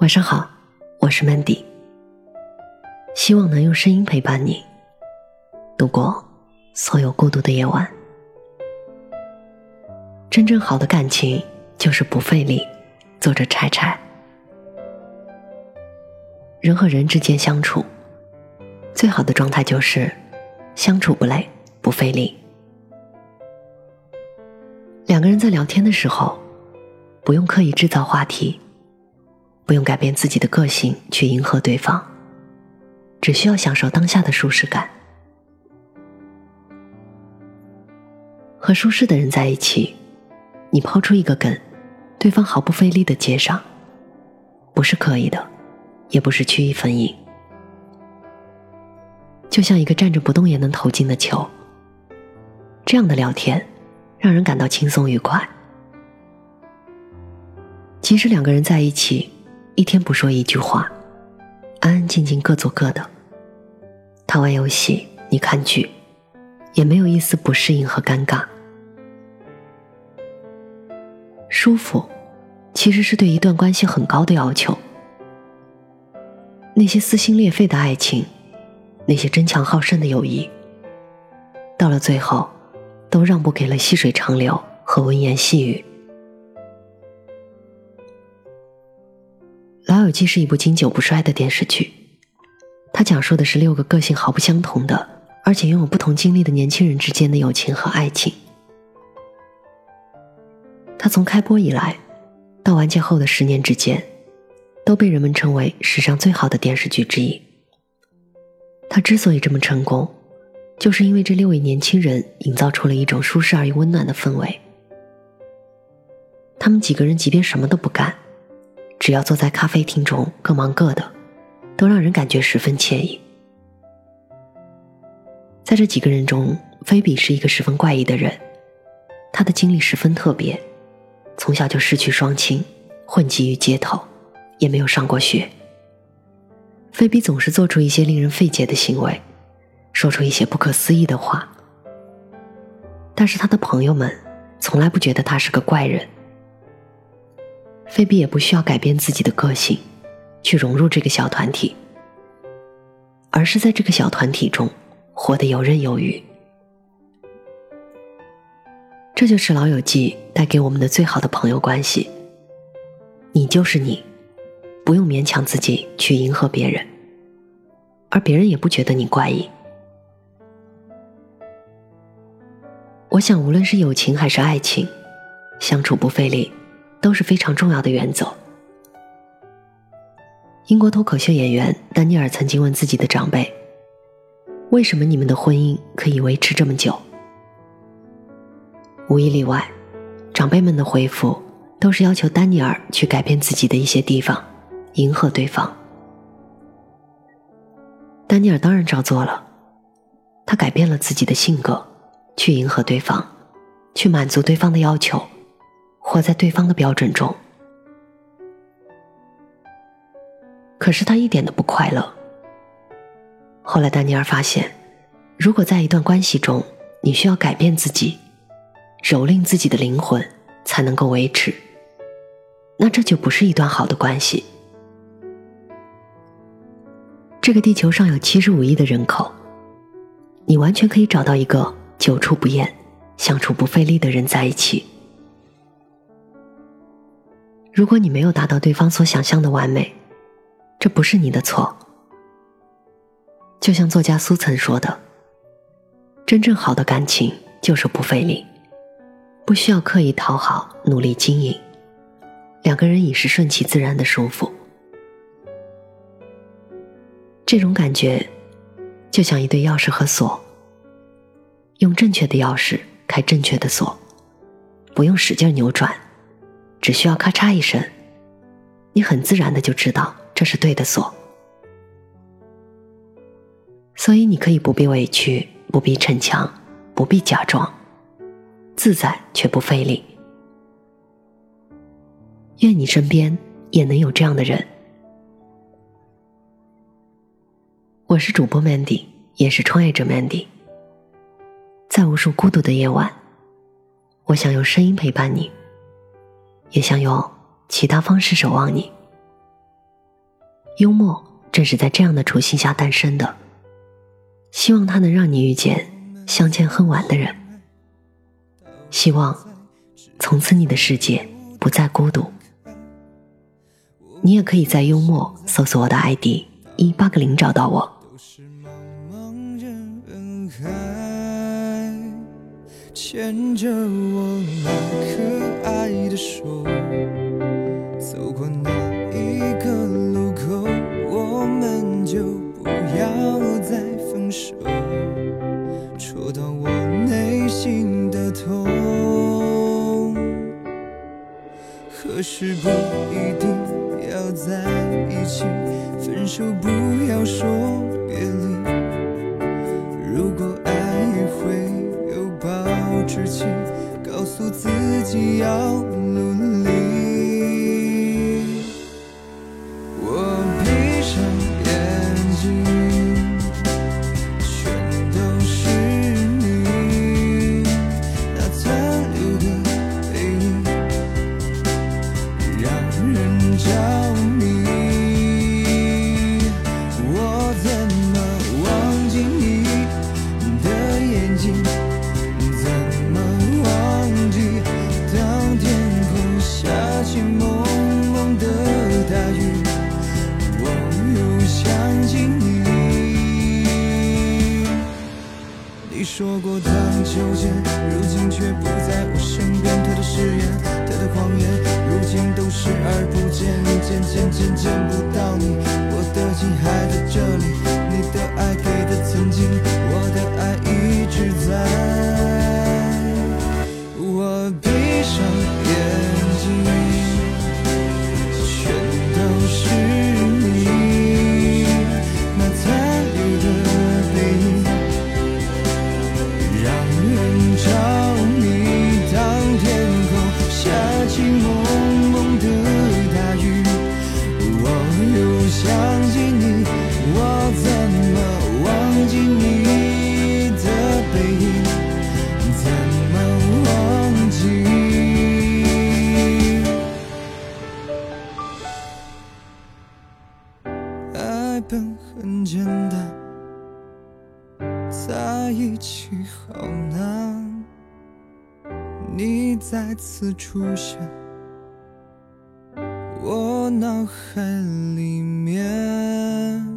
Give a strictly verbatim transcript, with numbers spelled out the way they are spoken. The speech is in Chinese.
晚上好，我是 Mandy， 希望能用声音陪伴你度过所有孤独的夜晚。真正好的感情就是不费力。作者柴柴。人和人之间相处，最好的状态就是相处不累，不费力。两个人在聊天的时候，不用刻意制造话题，不用改变自己的个性去迎合对方，只需要享受当下的舒适感。和舒适的人在一起，你抛出一个梗，对方毫不费力地接上，不是刻意的，也不是曲意逢迎，就像一个站着不动也能投进的球。这样的聊天让人感到轻松愉快。即使两个人在一起一天不说一句话，安安静静各做各的，他玩游戏你看剧，也没有一丝不适应和尴尬。舒服其实是对一段关系很高的要求。那些撕心裂肺的爱情，那些争强好胜的友谊，到了最后都让步给了细水长流和文言细语。老友记是一部经久不衰的电视剧，它讲述的是六个个性毫不相同的，而且拥有不同经历的年轻人之间的友情和爱情。它从开播以来到完结后的十年之间，都被人们称为史上最好的电视剧之一。它之所以这么成功，就是因为这六位年轻人营造出了一种舒适而又温暖的氛围。他们几个人即便什么都不干，只要坐在咖啡厅中各忙各的，都让人感觉十分惬意。在这几个人中，菲比是一个十分怪异的人，她的经历十分特别，从小就失去双亲，混迹于街头，也没有上过学。菲比总是做出一些令人费解的行为，说出一些不可思议的话，但是他的朋友们从来不觉得他是个怪人。菲比也不需要改变自己的个性去融入这个小团体，而是在这个小团体中活得游刃有余。这就是老友记带给我们的最好的朋友关系。你就是你，不用勉强自己去迎合别人，而别人也不觉得你怪异。我想无论是友情还是爱情，相处不费力都是非常重要的原则。英国脱口秀演员丹尼尔曾经问自己的长辈，为什么你们的婚姻可以维持这么久？无一例外，长辈们的回复都是要求丹尼尔去改变自己的一些地方，迎合对方。丹尼尔当然照做了，他改变了自己的性格，去迎合对方，去满足对方的要求，活在对方的标准中。可是他一点都不快乐。后来丹尼尔发现，如果在一段关系中，你需要改变自己，蹂躏自己的灵魂才能够维持，那这就不是一段好的关系。这个地球上有七十五亿的人口，你完全可以找到一个久处不厌、相处不费力的人在一起。如果你没有达到对方所想象的完美，这不是你的错。就像作家苏曾说的，真正好的感情就是不费力，不需要刻意讨好，努力经营，两个人已是顺其自然的舒服。这种感觉就像一对钥匙和锁，用正确的钥匙开正确的锁，不用使劲扭转，只需要咔嚓一声，你很自然的就知道这是对的锁。所以你可以不必委屈，不必逞强，不必假装，自在却不费力。愿你身边也能有这样的人。我是主播 Mandy， 也是创业者 Mandy。在无数孤独的夜晚，我想用声音陪伴你，也想用其他方式守望你。 幽默正是在这样的处境下诞生的。希望它能让你遇见相见恨晚的人，希望从此你的世界不再孤独。你也可以在幽默搜索我的 I D 一八个零找到我。 牵着我那可爱的手，走过那一个路口，我们就不要再分手，戳到我内心的痛。可是不一定要在一起，分手不要说别离。如果爱会有保质期，告诉自己要努力。我闭上眼睛，全都是你那残留的背影，让人着迷。我怎么忘记你的眼睛？怎么忘记当天空下起蒙蒙的大雨，我又想起你。你说过荡秋千，如今却不在我身边。他的誓言，他的谎言，如今都视而不见。渐渐渐见不到你，我的心还在这里。你的爱给的曾经，我的爱一直在。我闭上眼睛，全都是你那残留的背影，让人着迷。当天空下起蒙蒙的大雨，我又想起你。我怎么忘记你的背影？怎么忘记？爱本很简单，在一起好难。你再次出现我脑海里面。